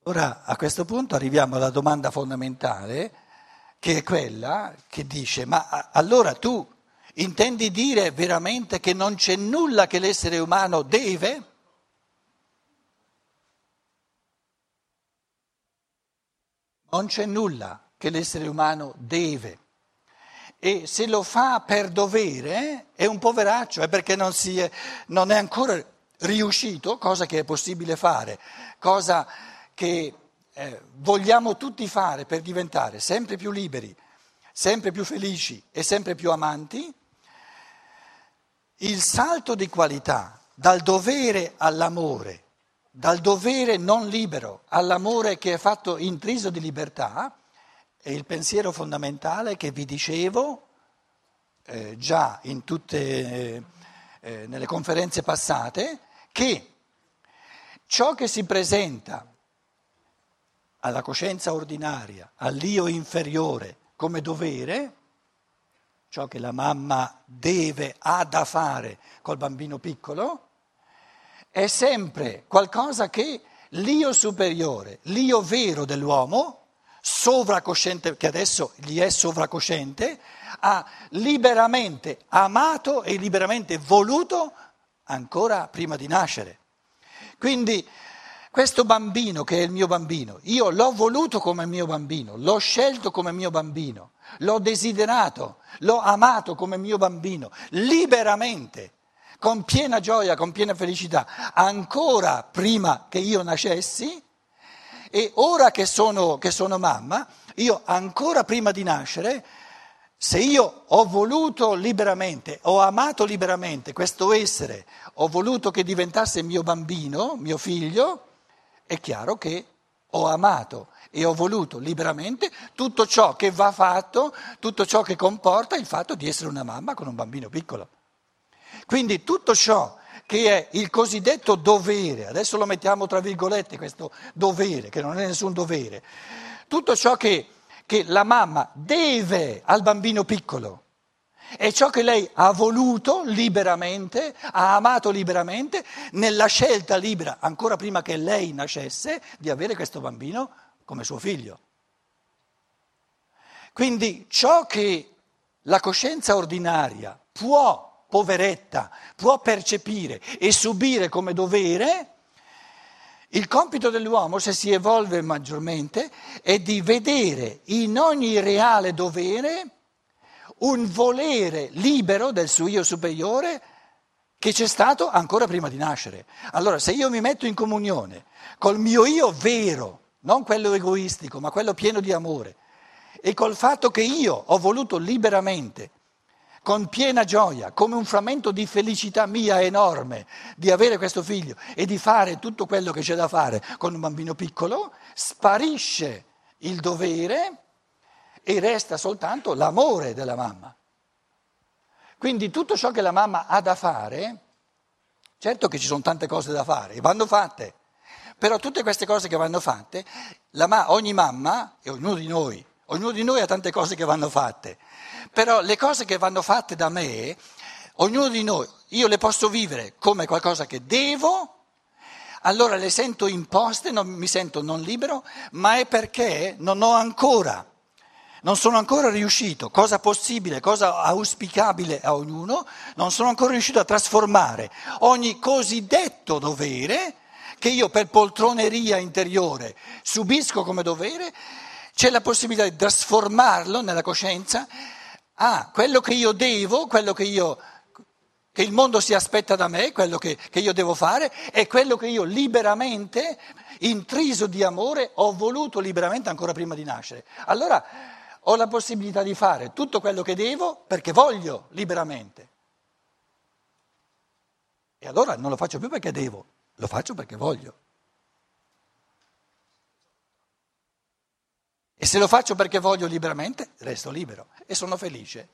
Ora, a questo punto arriviamo alla domanda fondamentale, che è quella che dice, allora tu intendi dire veramente che non c'è nulla che l'essere umano deve? Non c'è nulla che l'essere umano deve. E se lo fa per dovere è un poveraccio, è perché non è ancora riuscito, cosa che è possibile fare, cosa che vogliamo tutti fare per diventare sempre più liberi, sempre più felici e sempre più amanti. Il salto di qualità dal dovere all'amore, dal dovere non libero all'amore che è fatto intriso di libertà, è il pensiero fondamentale che vi dicevo già in tutte nelle conferenze passate, che ciò che si presenta alla coscienza ordinaria, all'io inferiore come dovere, ciò che la mamma ha da fare col bambino piccolo, è sempre qualcosa che l'io superiore, l'io vero dell'uomo, sovracosciente, che adesso gli è sovracosciente, ha liberamente amato e liberamente voluto ancora prima di nascere. Quindi questo bambino che è il mio bambino, io l'ho voluto come mio bambino, l'ho scelto come mio bambino, l'ho desiderato, l'ho amato come mio bambino, liberamente, con piena gioia, con piena felicità, ancora prima che io nascessi. E ora che sono mamma, io ancora prima di nascere, se io ho voluto liberamente, ho amato liberamente questo essere, ho voluto che diventasse mio bambino, mio figlio, è chiaro che ho amato e ho voluto liberamente tutto ciò che va fatto, tutto ciò che comporta il fatto di essere una mamma con un bambino piccolo. Quindi tutto ciò che è il cosiddetto dovere, adesso lo mettiamo tra virgolette questo dovere, che non è nessun dovere, tutto ciò che la mamma deve al bambino piccolo è ciò che lei ha voluto liberamente, ha amato liberamente, nella scelta libera, ancora prima che lei nascesse, di avere questo bambino come suo figlio. Quindi ciò che la coscienza ordinaria poveretta, può percepire e subire come dovere, il compito dell'uomo, se si evolve maggiormente, è di vedere in ogni reale dovere un volere libero del suo io superiore che c'è stato ancora prima di nascere. Allora, se io mi metto in comunione col mio io vero, non quello egoistico, ma quello pieno di amore, e col fatto che io ho voluto liberamente, con piena gioia, come un frammento di felicità mia enorme di avere questo figlio e di fare tutto quello che c'è da fare con un bambino piccolo, sparisce il dovere e resta soltanto l'amore della mamma. Quindi tutto ciò che la mamma ha da fare, certo che ci sono tante cose da fare e vanno fatte, però tutte queste cose che vanno fatte, ogni mamma e ognuno di noi ha tante cose che vanno fatte. Però le cose che vanno fatte da me, ognuno di noi, io le posso vivere come qualcosa che devo, allora le sento imposte, mi sento non libero, ma è perché non sono ancora riuscito, cosa possibile, cosa auspicabile a ognuno, non sono ancora riuscito a trasformare ogni cosiddetto dovere, che io per poltroneria interiore subisco come dovere, c'è la possibilità di trasformarlo nella coscienza. Quello che io devo, che il mondo si aspetta da me, quello che io devo fare, è quello che io liberamente, intriso di amore, ho voluto liberamente ancora prima di nascere. Allora ho la possibilità di fare tutto quello che devo perché voglio liberamente. E allora non lo faccio più perché devo, lo faccio perché voglio. E se lo faccio perché voglio liberamente, resto libero e sono felice.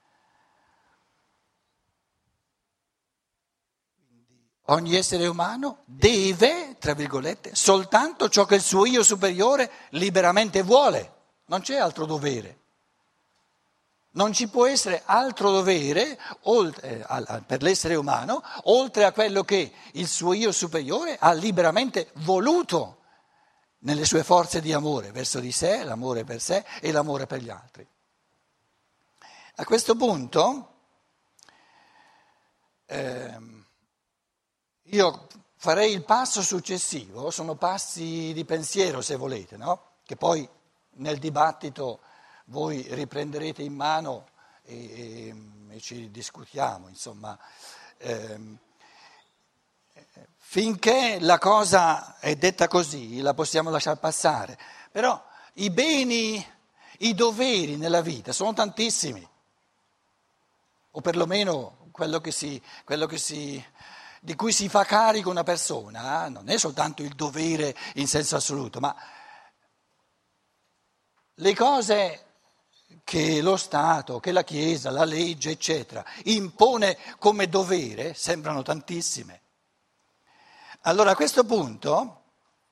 Ogni essere umano deve, tra virgolette, soltanto ciò che il suo io superiore liberamente vuole. Non c'è altro dovere. Non ci può essere altro dovere per l'essere umano, oltre a quello che il suo io superiore ha liberamente voluto nelle sue forze di amore verso di sé, l'amore per sé e l'amore per gli altri. A questo punto io farei il passo successivo, sono passi di pensiero se volete, no? Che poi nel dibattito voi riprenderete in mano e ci discutiamo, insomma. Finché la cosa è detta così la possiamo lasciar passare, però i beni, i doveri nella vita sono tantissimi, o perlomeno di cui si fa carico una persona, non è soltanto il dovere in senso assoluto, ma le cose che lo Stato, che la Chiesa, la legge, eccetera, impone come dovere sembrano tantissime. Allora a questo punto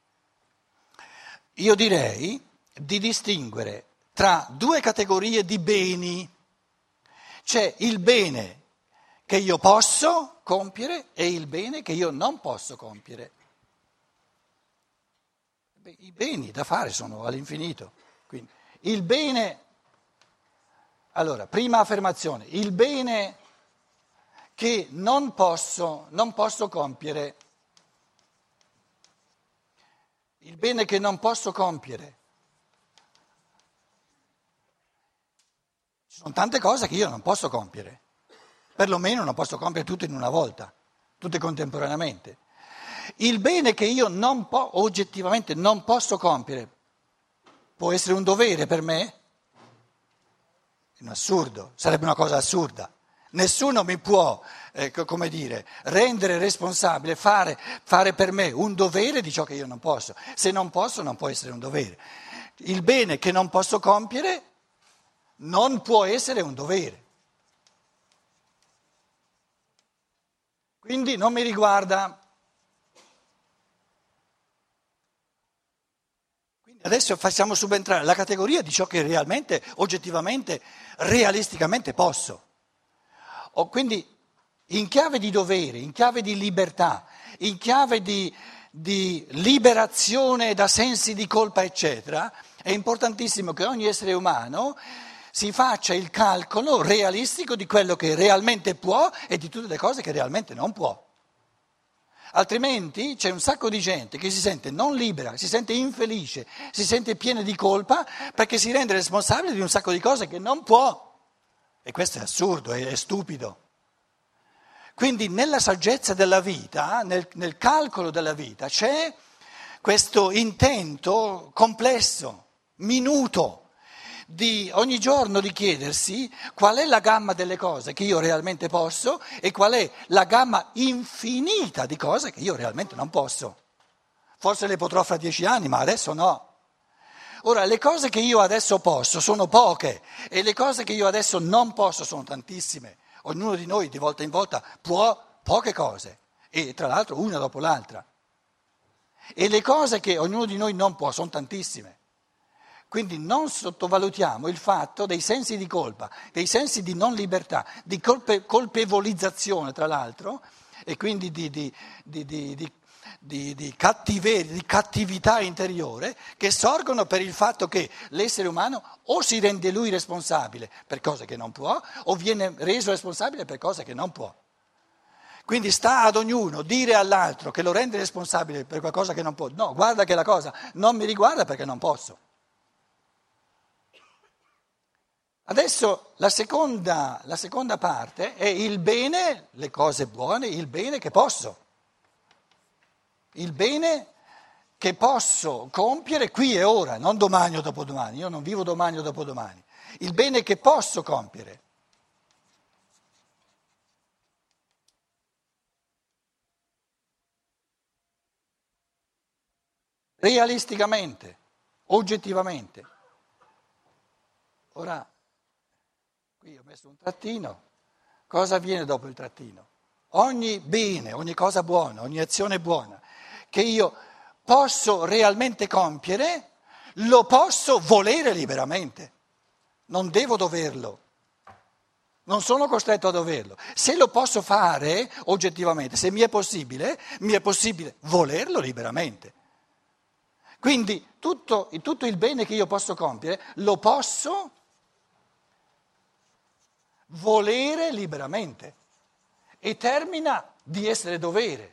io direi di distinguere tra due categorie di beni. C'è il bene che io posso compiere e il bene che io non posso compiere. I beni da fare sono all'infinito. Quindi, il bene, allora, prima affermazione, il bene che non posso compiere. Il bene che non posso compiere. Ci sono tante cose che io non posso compiere, perlomeno non posso compiere tutte in una volta, tutte contemporaneamente. Il bene che io oggettivamente non posso compiere può essere un dovere per me? È un assurdo, sarebbe una cosa assurda. Nessuno mi può, rendere responsabile, fare per me un dovere di ciò che io non posso. Se non posso, non può essere un dovere. Il bene che non posso compiere non può essere un dovere. Quindi non mi riguarda. Quindi adesso facciamo subentrare la categoria di ciò che realmente, oggettivamente, realisticamente posso. Quindi in chiave di dovere, in chiave di libertà, in chiave di liberazione da sensi di colpa, eccetera, è importantissimo che ogni essere umano si faccia il calcolo realistico di quello che realmente può e di tutte le cose che realmente non può. Altrimenti c'è un sacco di gente che si sente non libera, si sente infelice, si sente piena di colpa perché si rende responsabile di un sacco di cose che non può. E questo è assurdo, è stupido. Quindi nella saggezza della vita, nel calcolo della vita, c'è questo intento complesso, minuto, di ogni giorno di chiedersi qual è la gamma delle cose che io realmente posso e qual è la gamma infinita di cose che io realmente non posso. Forse le potrò fra 10 anni, ma adesso no. Ora, le cose che io adesso posso sono poche e le cose che io adesso non posso sono tantissime. Ognuno di noi di volta in volta può poche cose e tra l'altro una dopo l'altra. E le cose che ognuno di noi non può sono tantissime. Quindi non sottovalutiamo il fatto dei sensi di colpa, dei sensi di non libertà, di colpevolizzazione tra l'altro e quindi di cattiveria, di cattività interiore che sorgono per il fatto che l'essere umano o si rende lui responsabile per cose che non può o viene reso responsabile per cose che non può. Quindi sta ad ognuno dire all'altro che lo rende responsabile per qualcosa che non può. No, guarda che la cosa non mi riguarda perché non posso. Adesso la seconda parte è il bene, le cose buone, il bene che posso. Il bene che posso compiere qui e ora, non domani o dopodomani, io non vivo domani o dopodomani, il bene che posso compiere. Realisticamente, oggettivamente. Ora, qui ho messo un trattino, cosa avviene dopo il trattino? Ogni bene, ogni cosa buona, ogni azione buona che io posso realmente compiere, lo posso volere liberamente, non devo doverlo, non sono costretto a doverlo. Se lo posso fare oggettivamente, se mi è possibile volerlo liberamente. Quindi tutto il bene che io posso compiere lo posso volere liberamente e termina di essere dovere.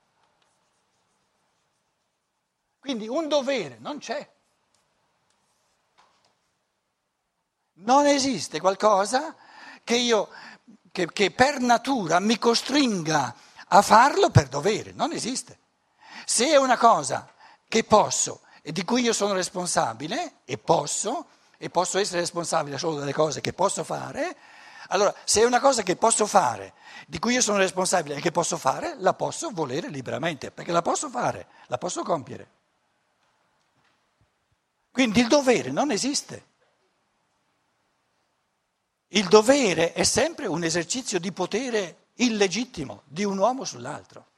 Quindi un dovere non c'è. Non esiste qualcosa che per natura mi costringa a farlo per dovere, non esiste. Se è una cosa che posso e di cui io sono responsabile e posso essere responsabile solo delle cose che posso fare, allora se è una cosa che posso fare, di cui io sono responsabile e che posso fare, la posso volere liberamente, perché la posso fare, la posso compiere. Quindi il dovere non esiste. Il dovere è sempre un esercizio di potere illegittimo di un uomo sull'altro.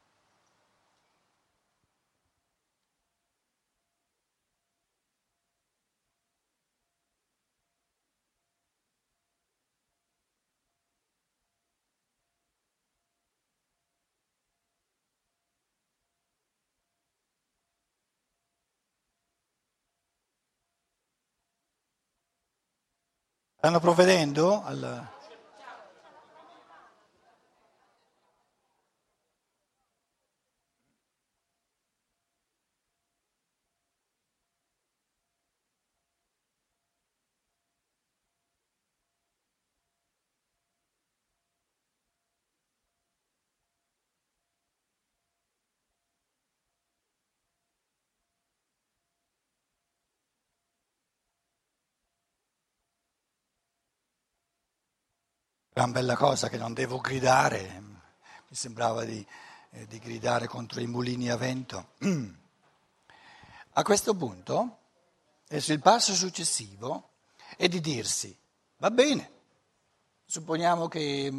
Stanno provvedendo al... Gran bella cosa che non devo gridare, mi sembrava di gridare contro i mulini a vento. A questo punto, adesso il passo successivo è di dirsi, va bene, supponiamo che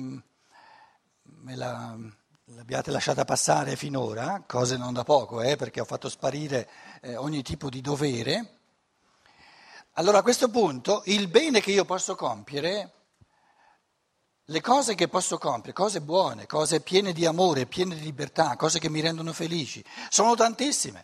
l'abbiate lasciata passare finora, cose non da poco, perché ho fatto sparire ogni tipo di dovere. Allora a questo punto il bene che io posso compiere, le cose che posso compiere, cose buone, cose piene di amore, piene di libertà, cose che mi rendono felici, sono tantissime.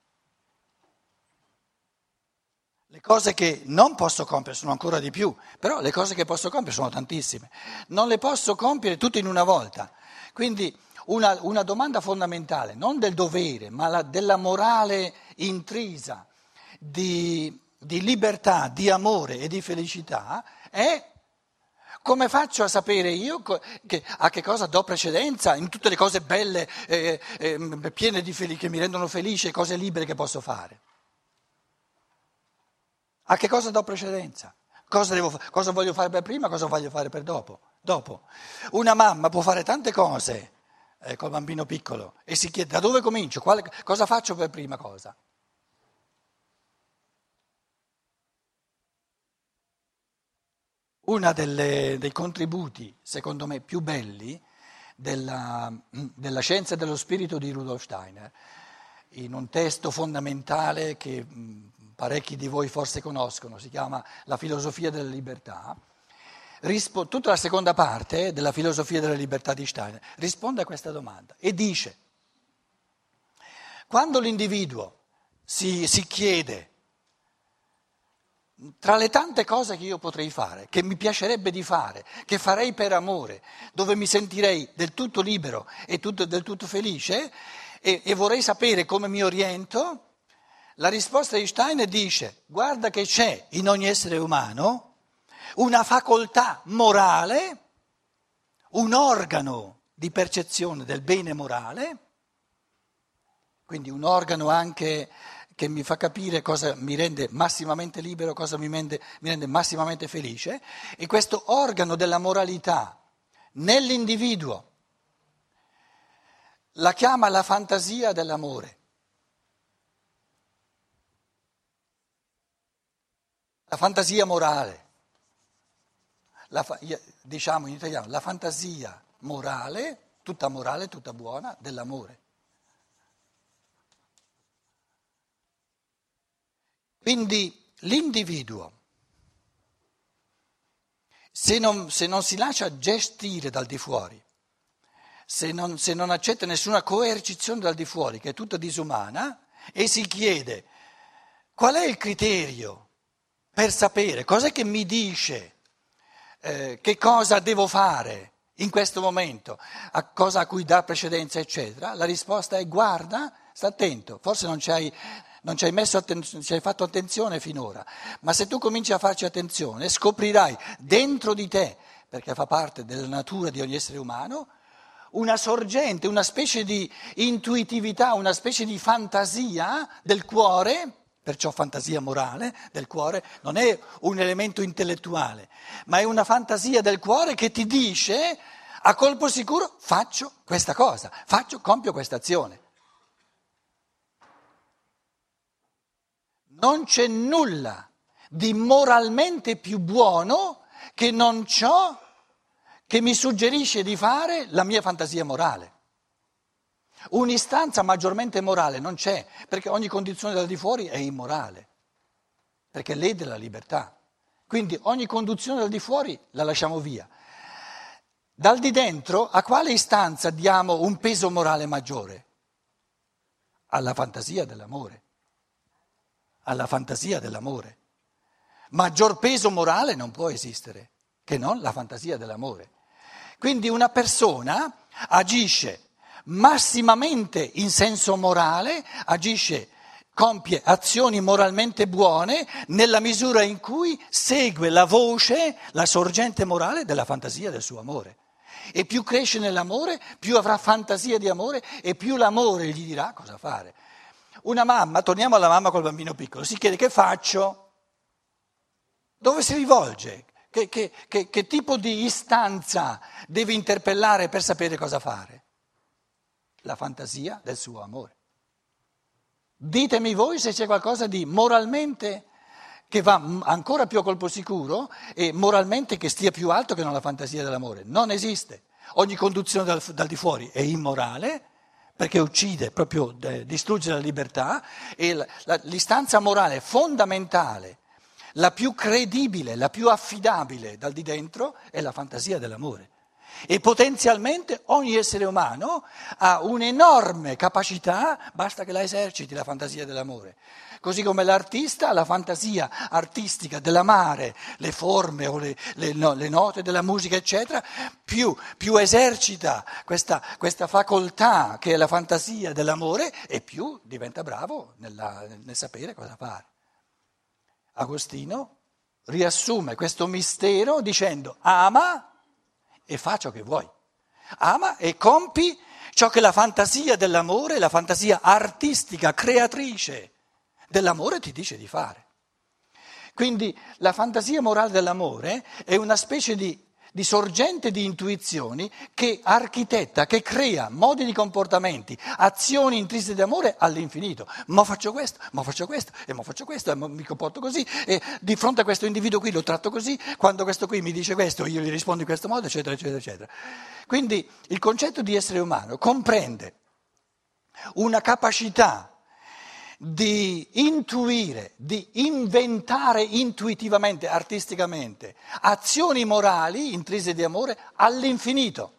Le cose che non posso compiere sono ancora di più, però le cose che posso compiere sono tantissime. Non le posso compiere tutte in una volta. Quindi una domanda fondamentale, non del dovere, ma della morale intrisa di libertà, di amore e di felicità è: come faccio a sapere io a che cosa do precedenza in tutte le cose belle, piene che mi rendono felice, cose libere che posso fare? A che cosa do precedenza? Cosa voglio fare per prima, cosa voglio fare per dopo? Una mamma può fare tante cose col bambino piccolo e si chiede da dove comincio, cosa faccio per prima cosa? Uno dei contributi, secondo me, più belli della scienza e dello spirito di Rudolf Steiner, in un testo fondamentale che parecchi di voi forse conoscono, si chiama La filosofia della libertà, tutta la seconda parte della filosofia della libertà di Steiner risponde a questa domanda e dice: quando l'individuo si chiede, tra le tante cose che io potrei fare, che mi piacerebbe di fare, che farei per amore, dove mi sentirei del tutto libero e del tutto felice e vorrei sapere come mi oriento, la risposta di Steiner dice: guarda che c'è in ogni essere umano una facoltà morale, un organo di percezione del bene morale, quindi un organo anche che mi fa capire cosa mi rende massimamente libero, cosa mi rende massimamente felice, e questo organo della moralità nell'individuo la chiama la fantasia dell'amore. La fantasia morale, diciamo in italiano, la fantasia morale, tutta buona, dell'amore. Quindi l'individuo, se non si lascia gestire dal di fuori, se non accetta nessuna coercizione dal di fuori, che è tutta disumana, e si chiede qual è il criterio per sapere, cos'è che mi dice che cosa devo fare in questo momento, a cosa a cui dà precedenza, eccetera, la risposta è guarda, sta attento, forse non ci hai fatto attenzione finora, ma se tu cominci a farci attenzione scoprirai dentro di te, perché fa parte della natura di ogni essere umano, una sorgente, una specie di intuitività, una specie di fantasia del cuore, perciò fantasia morale del cuore, non è un elemento intellettuale, ma è una fantasia del cuore che ti dice a colpo sicuro faccio questa cosa, compio questa azione. Non c'è nulla di moralmente più buono che non ciò che mi suggerisce di fare la mia fantasia morale. Un'istanza maggiormente morale non c'è, perché ogni condizione dal di fuori è immorale, perché lede la libertà. Quindi ogni condizione dal di fuori la lasciamo via. Dal di dentro a quale istanza diamo un peso morale maggiore? Alla fantasia dell'amore. Alla fantasia dell'amore. Maggior peso morale non può esistere che non la fantasia dell'amore. Quindi una persona agisce massimamente in senso morale, compie azioni moralmente buone nella misura in cui segue la voce, la sorgente morale della fantasia del suo amore. E più cresce nell'amore, più avrà fantasia di amore e più l'amore gli dirà cosa fare. Una mamma, torniamo alla mamma col bambino piccolo, si chiede che faccio? Dove si rivolge? Che tipo di istanza deve interpellare per sapere cosa fare? La fantasia del suo amore. Ditemi voi se c'è qualcosa di moralmente che va ancora più a colpo sicuro e moralmente che stia più alto che non la fantasia dell'amore. Non esiste. Ogni conduzione dal di fuori è immorale perché uccide, proprio distrugge la libertà e l'istanza morale fondamentale, la più credibile, la più affidabile dal di dentro è la fantasia dell'amore. E potenzialmente ogni essere umano ha un'enorme capacità, basta che la eserciti, la fantasia dell'amore. Così come l'artista ha la fantasia artistica dell'amare, le forme o le note della musica, eccetera, più esercita questa facoltà che è la fantasia dell'amore e più diventa bravo nel sapere cosa fare. Agostino riassume questo mistero dicendo ama e fa ciò che vuoi. Ama e compi ciò che la fantasia dell'amore, la fantasia artistica, creatrice dell'amore ti dice di fare. Quindi la fantasia morale dell'amore è una specie di sorgente di intuizioni che architetta, che crea modi di comportamenti, azioni intrise di amore all'infinito. Ma faccio questo, e ma faccio questo, e mi comporto così, e di fronte a questo individuo qui lo tratto così, quando questo qui mi dice questo io gli rispondo in questo modo, eccetera, eccetera, eccetera. Quindi il concetto di essere umano comprende una capacità di intuire, di inventare intuitivamente, artisticamente, azioni morali intrise di amore all'infinito.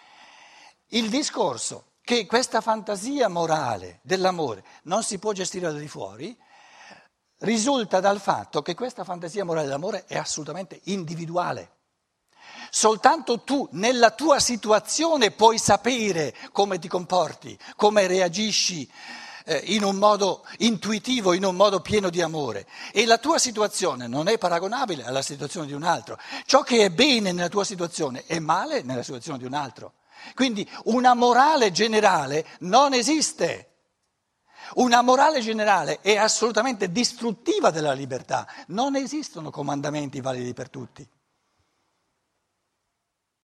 Il discorso che questa fantasia morale dell'amore non si può gestire da di fuori risulta dal fatto che questa fantasia morale dell'amore è assolutamente individuale. Soltanto tu nella tua situazione puoi sapere come ti comporti, come reagisci in un modo intuitivo, in un modo pieno di amore. E la tua situazione non è paragonabile alla situazione di un altro. Ciò che è bene nella tua situazione è male nella situazione di un altro. Quindi una morale generale non esiste. Una morale generale è assolutamente distruttiva della libertà. Non esistono comandamenti validi per tutti.